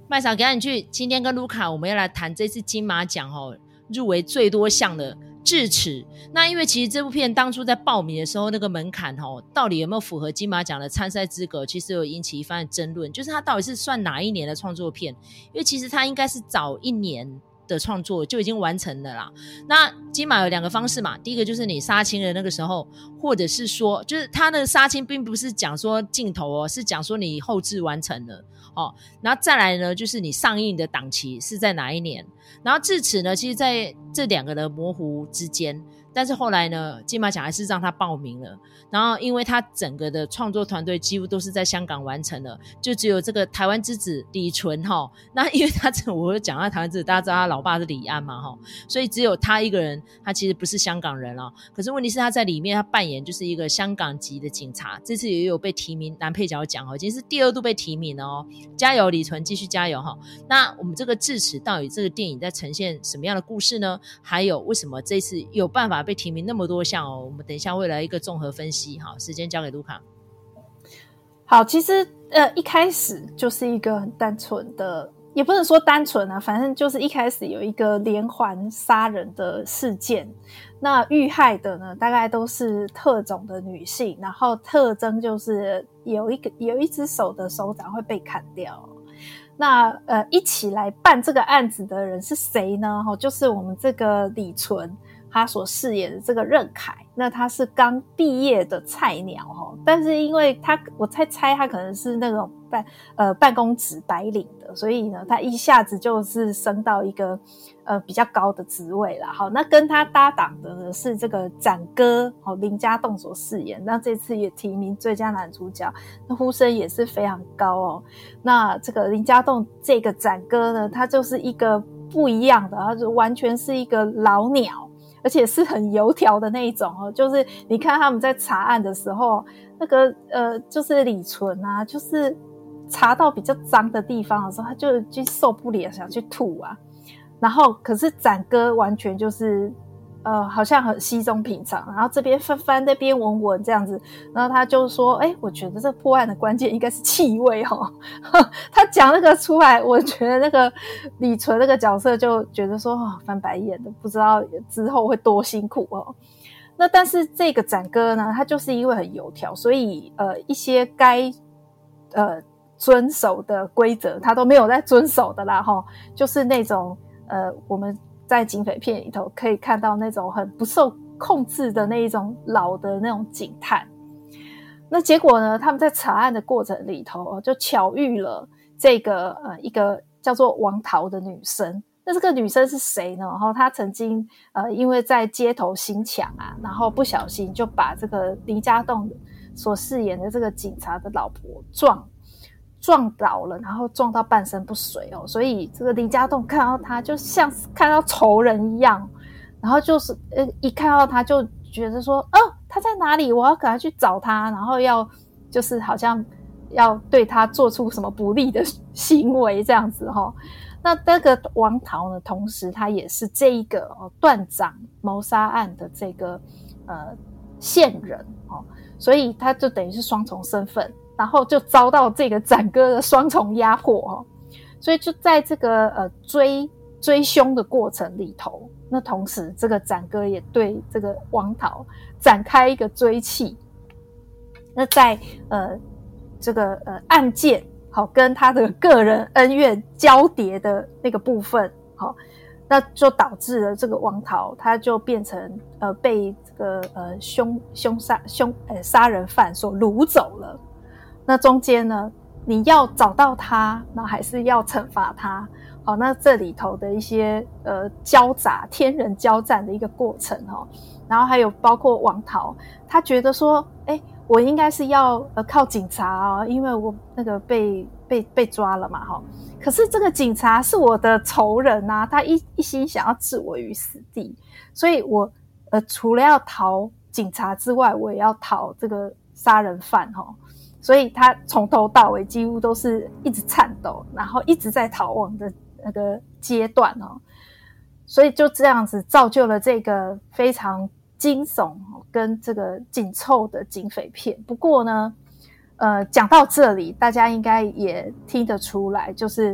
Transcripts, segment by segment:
麦嫂，赶紧去，今天跟卢卡我们要来谈这次金马奖入围最多项的智齿。那因为其实这部片当初在报名的时候，那个门槛到底有没有符合金马奖的参赛资格，其实有引起一番的争论，就是它到底是算哪一年的创作片，因为其实它应该是早一年的创作就已经完成了啦。那金马有2个方式嘛，第一个就是你杀青的那个时候，或者是说就是他的杀青并不是讲说镜头是讲说你后制完成了然后再来呢就是你上映的档期是在哪一年。然后智齿呢其实在这2个的模糊之间，但是后来呢金马奖还是让他报名了，然后因为他整个的创作团队几乎都是在香港完成了，就只有这个台湾之子李纯那因为他我就讲到台湾之子，大家知道他老爸是李安嘛所以只有他一个人，他其实不是香港人可是问题是他在里面他扮演就是一个香港籍的警察，这次也有被提名男配角奖已经是第2度被提名了加油李纯，继续加油那我们这个智齿到底这个电影在呈现什么样的故事呢？还有为什么这次有办法被提名那么多项我们等一下会来一个综合分析。好，时间交给卢卡。 好，其实一开始就是一个很单纯的，也不能说单纯啊，反正就是一开始有一个连环杀人的事件，那遇害的呢大概都是特种的女性，然后特征就是有一只手的手掌会被砍掉。那一起来办这个案子的人是谁呢？就是我们这个李纯他所饰演的这个任凯，那他是刚毕业的菜鸟但是因为我猜他可能是那种办公职白领的，所以呢他一下子就是升到一个比较高的职位啦。好，那跟他搭档的呢是这个展哥林家栋所饰演，那这次也提名最佳男主角，那呼声也是非常高那这个林家栋这个展哥呢，他就是一个不一样的，他就完全是一个老鸟，而且是很油条的那一种就是你看他们在查案的时候，那个就是李纯啊，就是查到比较脏的地方的时候，他就已经受不了，想去吐啊。然后可是展哥完全就是好像很稀松平常，然后这边翻翻那边闻闻这样子，然后他就说我觉得这破案的关键应该是气味他讲那个出来，我觉得那个李纯那个角色就觉得说翻白眼的，不知道之后会多辛苦那但是这个展哥呢，他就是因为很油条，所以一些该遵守的规则他都没有在遵守的啦就是那种我们在警匪片里头可以看到那种很不受控制的那一种老的那种警探。那结果呢，他们在查案的过程里头就巧遇了这个一个叫做王桃的女生。那这个女生是谁呢？然后她曾经因为在街头行抢啊，然后不小心就把这个林家栋所饰演的这个警察的老婆撞倒了，然后撞到半身不遂所以这个林家栋看到他就像看到仇人一样，然后就是一看到他就觉得说他在哪里，我要赶快去找他，然后就是好像要对他做出什么不利的行为这样子那这个王桃呢，同时他也是这一个段长谋杀案的这个线人所以他就等于是双重身份，然后就遭到这个展哥的双重压迫所以就在这个追凶的过程里头，那同时这个展哥也对这个王桃展开一个追缉。那在这个案件跟他的个人恩怨交叠的那个部分那就导致了这个王桃他就变成被这个杀人犯所掳走了。那中间呢，你要找到他，那还是要惩罚他那这里头的一些交杂天人交战的一个过程然后还有包括王桃他觉得说我应该是要靠警察因为我那个被抓了嘛可是这个警察是我的仇人啊，他一心想要置我于死地，所以我除了要逃警察之外，我也要逃这个杀人犯所以他从头到尾几乎都是一直颤抖，然后一直在逃亡的那个阶段所以就这样子造就了这个非常惊悚跟这个紧凑的警匪片。不过呢讲到这里大家应该也听得出来，就是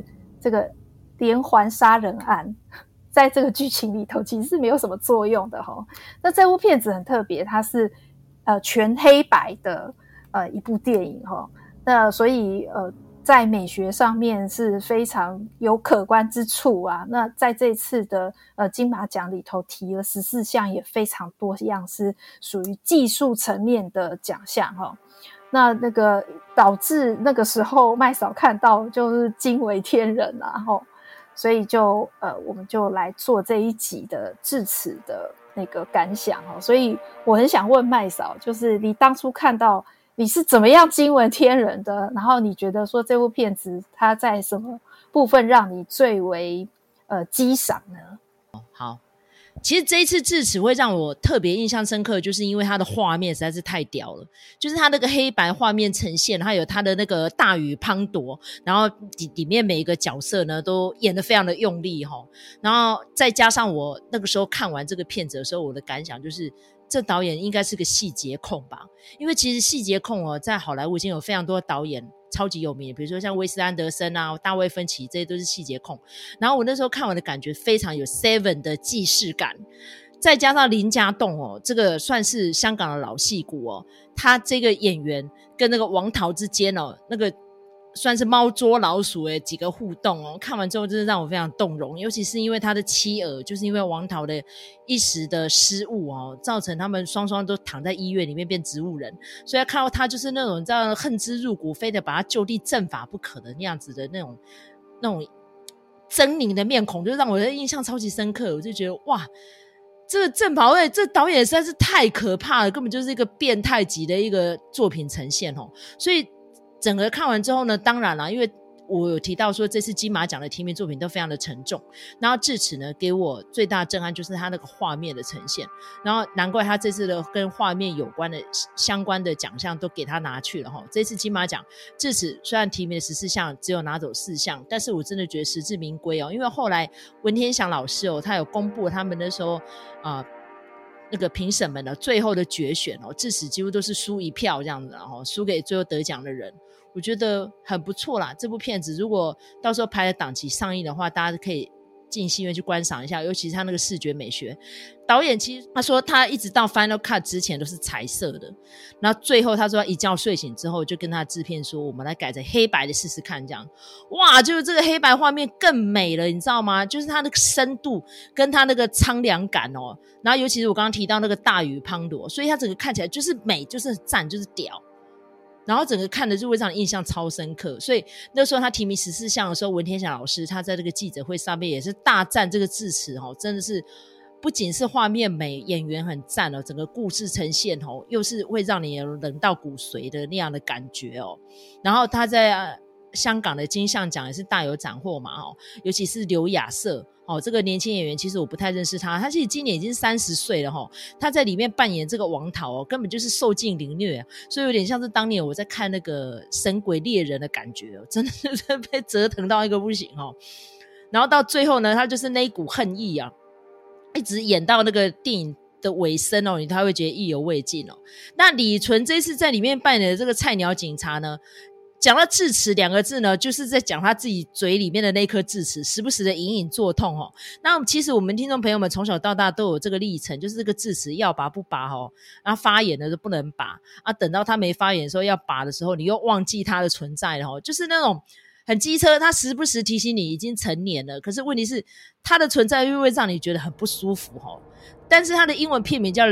这个连环杀人案在这个剧情里头其实是没有什么作用的齁。那这部片子很特别，它是全黑白的一部电影齁。那所以在美学上面是非常有可观之处啊。那在这次的金马奖里头提了14项，也非常多样是属于技术层面的奖项齁。那个导致那个时候麦嫂看到就是惊为天人啊齁。所以我们就来做这一集的智齿的那个感想齁。所以我很想问麦嫂，就是你当初看到你是怎么样惊为天人的，然后你觉得说这部片子它在什么部分让你最为激赏呢？ 好，其实这一次智齿会让我特别印象深刻，就是因为它的画面实在是太屌了，就是它那个黑白画面呈现，还有它的那个大雨滂沱，然后里面每一个角色呢都演得非常的用力齁。然后再加上我那个时候看完这个片子的时候，我的感想就是这导演应该是个细节控吧，因为其实细节控在好莱坞已经有非常多的导演超级有名，比如说像威斯安德森啊、大卫芬奇，这些都是细节控。然后我那时候看完的感觉非常有 Seven 的既视感，再加上林家栋这个算是香港的老戏骨他这个演员跟那个王桃之间那个算是猫捉老鼠几个互动看完之后真的让我非常动容，尤其是因为他的妻儿就是因为王桃的一时的失误造成他们双双都躺在医院里面变植物人，所以看到他就是那种你知道恨之入骨，非得把他就地正法不可的那样子的那种狰狞的面孔，就让我的印象超级深刻。我就觉得哇，这个郑宝瑞这导演实在是太可怕了，根本就是一个变态级的一个作品呈现所以整个看完之后呢，当然啦，因为我有提到说这次金马奖的提名作品都非常的沉重，然后智齿呢给我最大的震撼就是他那个画面的呈现，然后难怪他这次的跟画面有关的相关的奖项都给他拿去了这次金马奖智齿虽然提名了14项只有拿走4项，但是我真的觉得实至名归因为后来文天祥老师他有公布他们那时候那个评审们的最后的决选智齿几乎都是输1票这样子输给最后得奖的人，我觉得很不错啦。这部片子如果到时候排了档期上映的话，大家可以进戏院去观赏一下，尤其是他那个视觉美学。导演其实他说他一直到 Final Cut 之前都是彩色的，然后最后他说他一觉睡醒之后就跟他制片说我们来改成黑白的试试看这样。哇，就是这个黑白画面更美了，你知道吗？就是他那个深度跟他那个苍凉感然后尤其是我刚刚提到那个大雨滂沱，所以他整个看起来就是美，就是赞，就是屌，然后整个看的就会让你印象超深刻。所以那时候他提名14项的时候，文天祥老师他在这个记者会上面也是大赞这个智齿真的是不仅是画面美，演员很赞整个故事呈现又是会让你冷到骨髓的那样的感觉然后他在香港的金像奖也是大有斩获嘛尤其是刘亚瑟这个年轻演员其实我不太认识他其实今年已经30岁了他在里面扮演这个王桃根本就是受尽凌虐，所以有点像是当年我在看那个神鬼猎人的感觉真的是被折腾到一个不行然后到最后呢他就是那一股恨意一直演到那个电影的尾声你才会觉得意犹未尽那李纯这次在里面扮演的这个菜鸟警察呢，讲到智齿2个字呢，就是在讲他自己嘴里面的那颗智齿时不时的隐隐作痛那其实我们听众朋友们从小到大都有这个历程，就是这个智齿要拔不拔然后发炎的就不能拔等到他没发炎的时候要拔的时候，你又忘记他的存在了就是那种很机车，他时不时提醒你已经成年了，可是问题是他的存在又会让你觉得很不舒服但是他的英文片名叫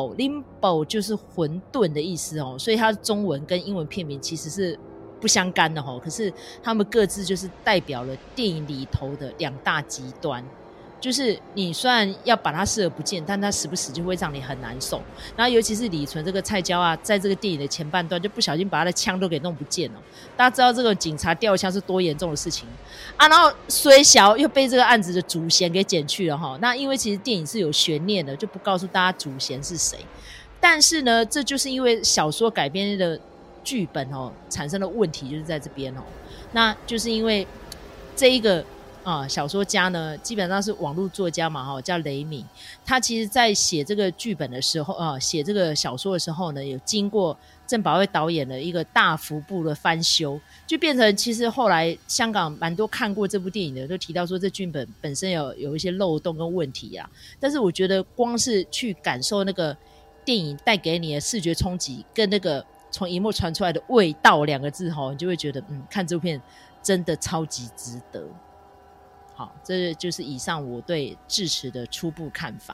Limbo 就是混沌的意思所以他的中文跟英文片名其实是不相干的可是他们各自就是代表了电影里头的2大极端，就是你虽然要把它视而不见，但它时不时就会让你很难受。然后尤其是李纯这个菜椒在这个电影的前半段就不小心把他的枪都给弄不见了。大家知道这个警察掉枪是多严重的事情然后虽小又被这个案子的主嫌给剪去了那因为其实电影是有悬念的，就不告诉大家主嫌是谁。但是呢，这就是因为小说改编的剧本产生的问题就是在这边那就是因为这一个小说家呢，基本上是网络作家嘛，叫雷敏。他其实在写这个剧本的时候，写这个小说的时候呢，有经过郑保瑞导演的一个大幅度的翻修，就变成其实后来香港蛮多看过这部电影的都提到说，这剧本本身有一些漏洞跟问题啊。但是我觉得光是去感受那个电影带给你的视觉冲击，跟那个从荧幕传出来的味道两个字，你就会觉得看这部片真的超级值得。好，这就是以上我对智齿的初步看法。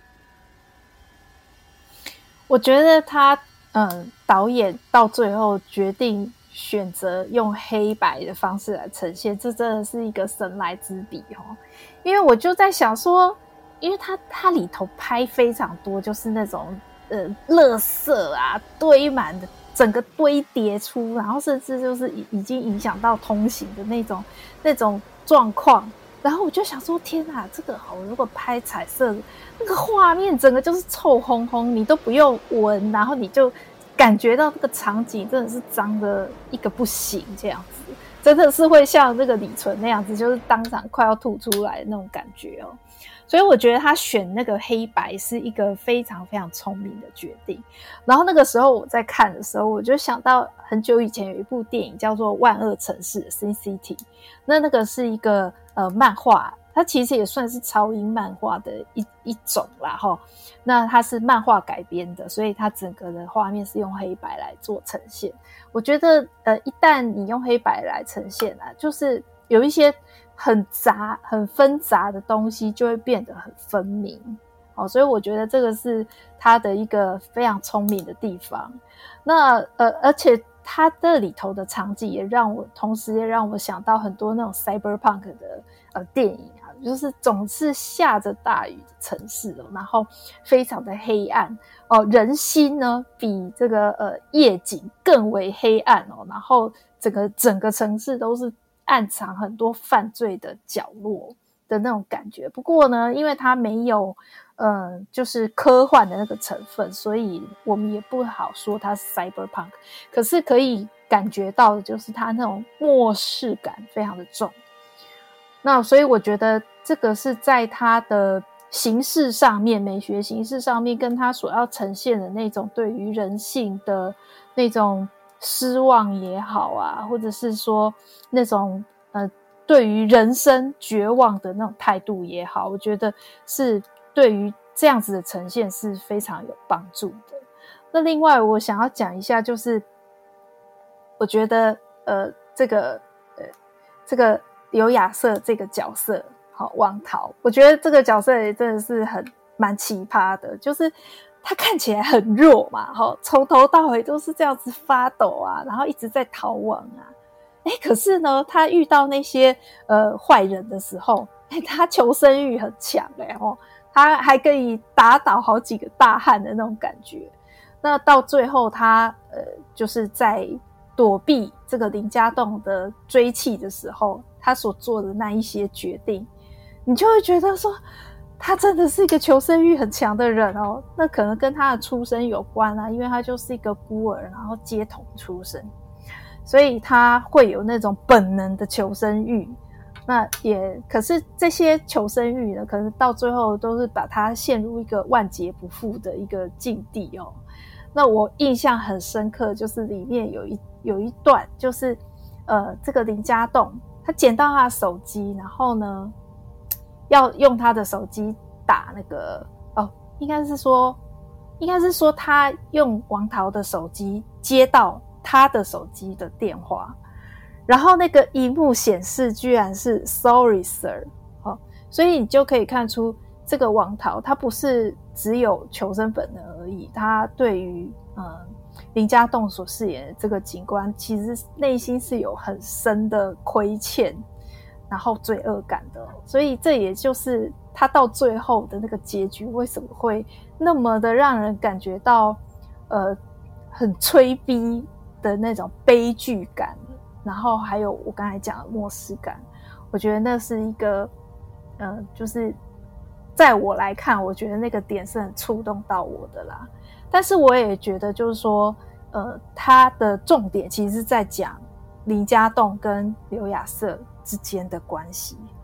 我觉得他导演到最后决定选择用黑白的方式来呈现，这真的是一个神来之笔因为我就在想说，因为他里头拍非常多就是那种垃圾啊堆满的，整个堆叠出，然后甚至就是已经影响到通行的那种状况。然后我就想说，天哪，这个如果拍彩色，那个画面整个就是臭烘烘，你都不用闻，然后你就感觉到这个场景真的是脏的一个不行，这样子真的是会像那个李纯那样子，就是当场快要吐出来的那种感觉所以我觉得他选那个黑白是一个非常非常聪明的决定。然后那个时候我在看的时候，我就想到很久以前有一部电影叫做《万恶城市》Sin City， 那个是一个漫画，它其实也算是超英漫画的一种啦那它是漫画改编的，所以它整个的画面是用黑白来做呈现。我觉得一旦你用黑白来呈现就是有一些很杂很纷杂的东西就会变得很分明所以我觉得这个是它的一个非常聪明的地方。那而且它这里头的场景也同时也让我想到很多那种 cyberpunk 的电影就是总是下着大雨的城市然后非常的黑暗人心呢比这个夜景更为黑暗然后整个城市都是暗藏很多犯罪的角落的那种感觉。不过呢，因为它没有就是科幻的那个成分，所以我们也不好说它是 cyberpunk， 可是可以感觉到的就是它那种末世感非常的重。那所以我觉得这个是在它的形式上面，美学形式上面，跟它所要呈现的那种对于人性的那种失望也好或者是说那种对于人生绝望的那种态度也好，我觉得是对于这样子的呈现是非常有帮助的。那另外我想要讲一下，就是我觉得这个刘亚瑟这个角色王桃，我觉得这个角色也真的是蛮奇葩的，就是他看起来很弱嘛从头到尾都是这样子发抖然后一直在逃亡可是呢他遇到那些坏人的时候他求生欲很强他还可以打倒好几个大汉的那种感觉。那到最后他就是在躲避这个林家栋的追击的时候，他所做的那一些决定，你就会觉得说他真的是一个求生欲很强的人那可能跟他的出身有关因为他就是一个孤儿，然后街头出身，所以他会有那种本能的求生欲。那可是这些求生欲呢，可能到最后都是把他陷入一个万劫不复的一个境地那我印象很深刻，就是里面有一段，就是这个林家栋他捡到他的手机，然后呢要用他的手机打那个应该是说他用王桃的手机接到他的手机的电话，然后那个萤幕显示居然是 Sorry Sir 所以你就可以看出这个王桃他不是只有求生本能而已，他对于林家栋所饰演的这个警官其实内心是有很深的亏欠然后罪恶感的所以这也就是他到最后的那个结局为什么会那么的让人感觉到很催逼的那种悲剧感，然后还有我刚才讲的末世感。我觉得那是一个就是在我来看，我觉得那个点是很触动到我的啦。但是我也觉得就是说他的重点其实是在讲林家栋跟刘亚瑟之间的关系，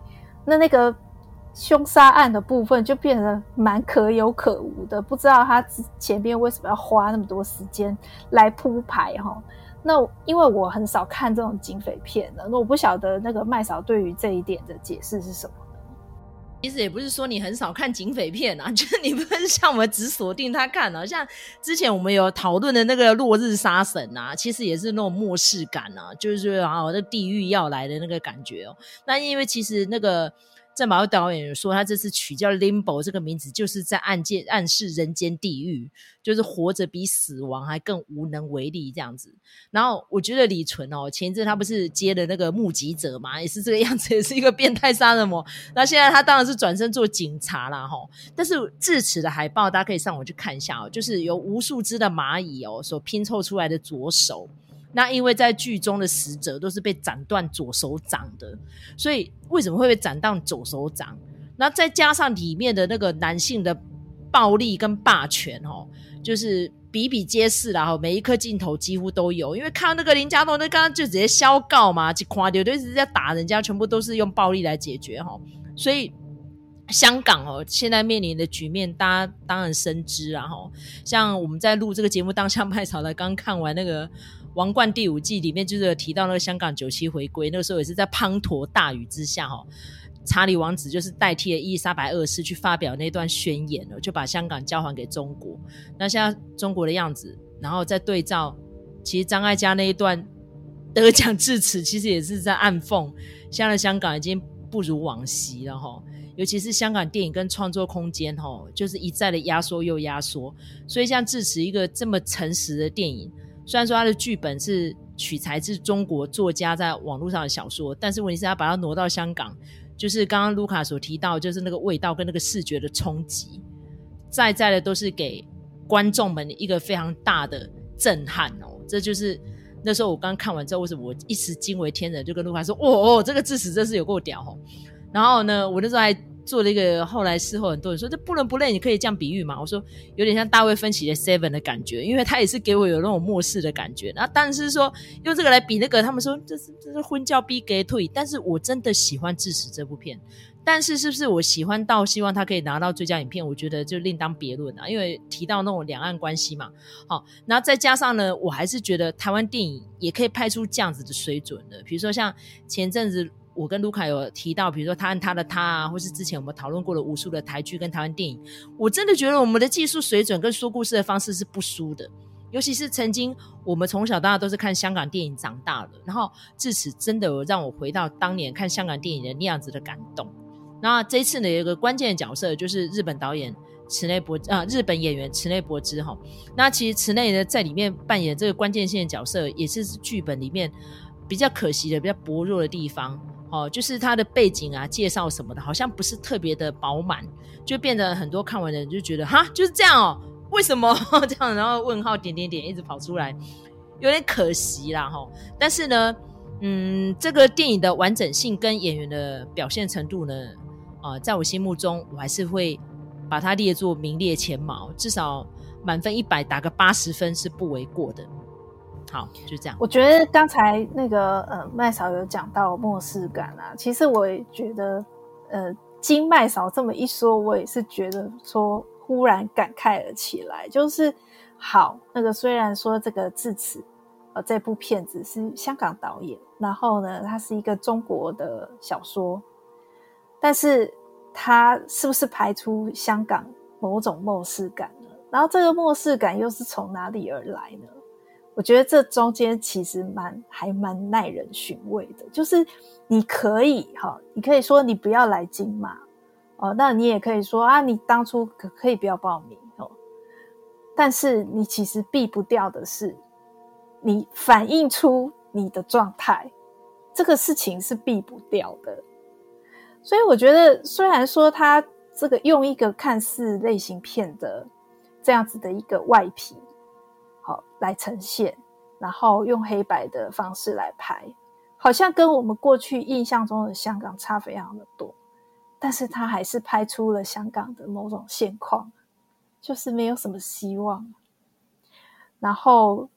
那个凶杀案的部分就变得蛮可有可无的，不知道他前面为什么要花那么多时间来铺排齁。那因为我很少看这种警匪片的，那我不晓得那个麦嫂对于这一点的解释是什么呢？ 其实也不是说你很少看警匪片啊，就是你不是像我们只锁定他看啊，像之前我们有讨论的那个落日杀神啊，其实也是那种末世感啊，就是那地狱要来的那个感觉哦。那因为其实那个郑宝导演有说他这次取叫 Limbo 这个名字，就是在暗示人间地狱，就是活着比死亡还更无能为力这样子。然后我觉得李纯前一阵他不是接了那个目击者嘛，也是这个样子，也是一个变态杀人魔。那现在他当然是转身做警察啦但是智齿的海报大家可以上网去看一下就是有无数只的蚂蚁所拼凑出来的左手。那因为在剧中的死者都是被斩断左手掌的，所以为什么会被斩断左手掌？那再加上里面的那个男性的暴力跟霸权就是比比皆是啦，每一颗镜头几乎都有。因为看到那个林家栋那刚刚就直接消告嘛，就看到就一直在打人家，全部都是用暴力来解决所以香港现在面临的局面大家当然深知啊像我们在录这个节目当下麦草来刚看完那个王冠第5季里面就是有提到那个香港97回归，那个时候也是在滂沱大雨之下查理王子就是代替了伊丽莎白2世去发表那段宣言就把香港交还给中国。那现在中国的样子，然后再对照其实张艾嘉那一段得奖致辞，其实也是在暗讽现在的香港已经不如往昔了尤其是香港电影跟创作空间就是一再的压缩又压缩。所以像致辞一个这么诚实的电影，虽然说它的剧本是取材自中国作家在网络上的小说，但是问题是他把它挪到香港，就是刚刚卢卡所提到就是那个味道跟那个视觉的冲击，在的都是给观众们一个非常大的震撼这就是那时候我刚看完之后为什么我一时惊为天人，就跟卢卡说这个致辞真是有够屌然后呢我那时候还做了一个，后来事后很多人说这不伦不类，你可以这样比喻吗？我说有点像大卫芬奇的 Seven 的感觉，因为他也是给我有那种末世的感觉。然后但是说用这个来比那个，他们说这是婚教逼给退，但是我真的喜欢致死这部片。但是是不是我喜欢到希望他可以拿到最佳影片，我觉得就另当别论啊，因为提到那种两岸关系嘛。好，然后再加上呢，我还是觉得台湾电影也可以拍出这样子的水准的，比如说像前阵子我跟卢卡有提到，比如说他和他的他啊，或是之前我们讨论过的无数的台剧跟台湾电影，我真的觉得我们的技术水准跟说故事的方式是不输的。尤其是曾经我们从小到大都是看香港电影长大的，然后至此真的有让我回到当年看香港电影的那样子的感动。那这一次呢，有一个关键的角色就是日本导演日本演员池内博之那其实池内呢在里面扮演这个关键性的角色，也是剧本里面比较可惜的比较薄弱的地方就是他的背景啊介绍什么的好像不是特别的饱满，就变得很多看完的人就觉得哈就是这样为什么这样，然后问号点点点一直跑出来，有点可惜啦但是呢这个电影的完整性跟演员的表现程度呢在我心目中我还是会把它列作名列前茅，至少满分100打个80分是不为过的。好，就这样。 我觉得刚才那个麦嫂有讲到末世感啊，其实我也觉得经麦嫂这么一说，我也是觉得说忽然感慨了起来。就是好，那个虽然说这个致辞这部片子是香港导演，然后呢它是一个中国的小说，但是它是不是拍出香港某种末世感呢？然后这个末世感又是从哪里而来呢？我觉得这中间其实还蛮耐人寻味的。就是你可以说你不要来金马那你也可以说啊，你当初可以不要报名但是你其实避不掉的是你反映出你的状态，这个事情是避不掉的。所以我觉得虽然说他这个用一个看似类型片的这样子的一个外皮来呈现，然后用黑白的方式来拍，好像跟我们过去印象中的香港差非常的多，但是他还是拍出了香港的某种现况，就是没有什么希望。然后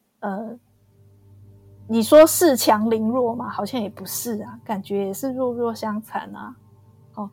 你说恃强凌弱嘛，好像也不是啊，感觉也是弱弱相残啊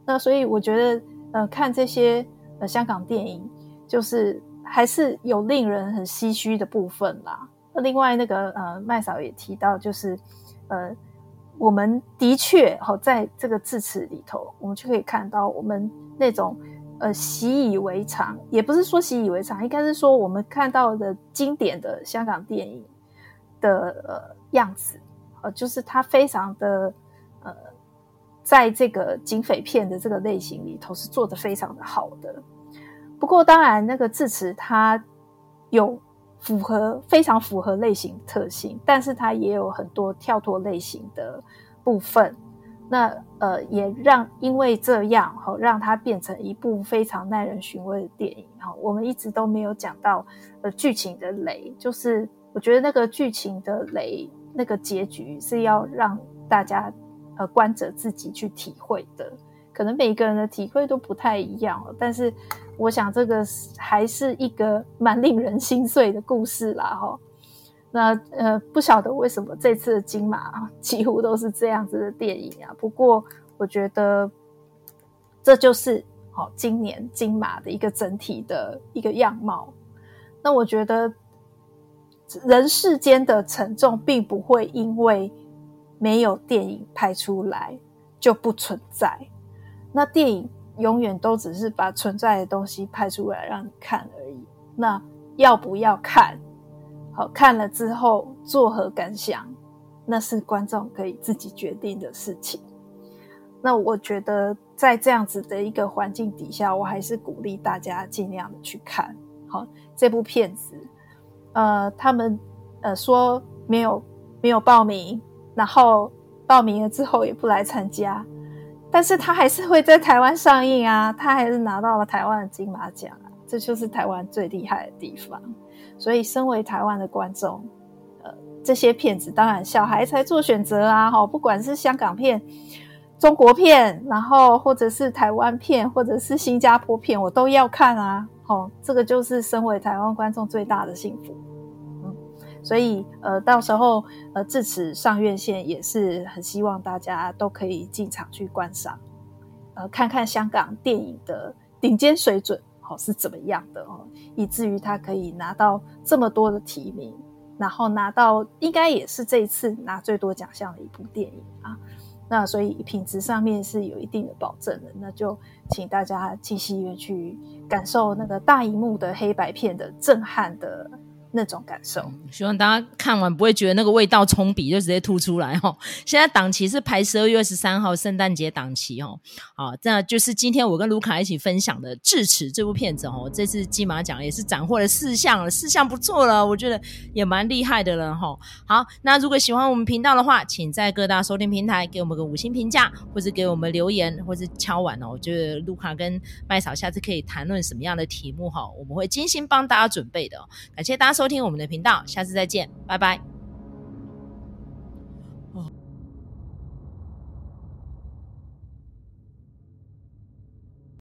那所以我觉得看这些香港电影就是还是有令人很唏嘘的部分啦。另外那个麦嫂也提到，就是我们的确在这个智齿里头，我们就可以看到我们那种习以为常，也不是说习以为常，应该是说我们看到的经典的香港电影的样子，就是它非常的在这个警匪片的这个类型里头是做得非常的好的。不过当然那个智齿它有非常符合类型特性，但是它也有很多跳脱类型的部分。那也因为这样让它变成一部非常耐人寻味的电影。我们一直都没有讲到剧情的雷，就是我觉得那个剧情的雷那个结局是要让大家观者自己去体会的，可能每一个人的体会都不太一样，但是我想这个还是一个蛮令人心碎的故事啦。那不晓得为什么这次的金马几乎都是这样子的电影啊，不过我觉得这就是今年金马的一个整体的一个样貌。那我觉得人世间的沉重并不会因为没有电影拍出来就不存在，那电影永远都只是把存在的东西拍出来让你看而已。那要不要看，看了之后作何感想，那是观众可以自己决定的事情。那我觉得在这样子的一个环境底下，我还是鼓励大家尽量的去看这部片子。他们说没有报名，然后报名了之后也不来参加，但是他还是会在台湾上映啊，他还是拿到了台湾的金马奖啊，这就是台湾最厉害的地方。所以身为台湾的观众，这些片子当然小孩才做选择啊，不管是香港片、中国片，然后或者是台湾片，或者是新加坡片，我都要看啊。这个就是身为台湾观众最大的幸福。所以到时候智齿上院线也是很希望大家都可以进场去观赏，看看香港电影的顶尖水准是怎么样的以至于他可以拿到这么多的提名，然后拿到应该也是这一次拿最多奖项的一部电影啊。那所以品质上面是有一定的保证的，那就请大家进戏院去感受那个大荧幕的黑白片的震撼的那种感受。 希望大家看完不会觉得那个味道冲鼻就直接吐出来现在档期是排12月23号圣诞节档期好，这就是今天我跟卢卡一起分享的《智齿》这部片子这次金马奖也是斩获了4项了，4项不错了，我觉得也蛮厉害的了好，那如果喜欢我们频道的话，请在各大收听平台给我们个5星评价，或是给我们留言，或是敲碗我觉得卢卡跟麦嫂下次可以谈论什么样的题目我们会精心帮大家准备的感谢大家收听我们的频道，下次再见，拜拜。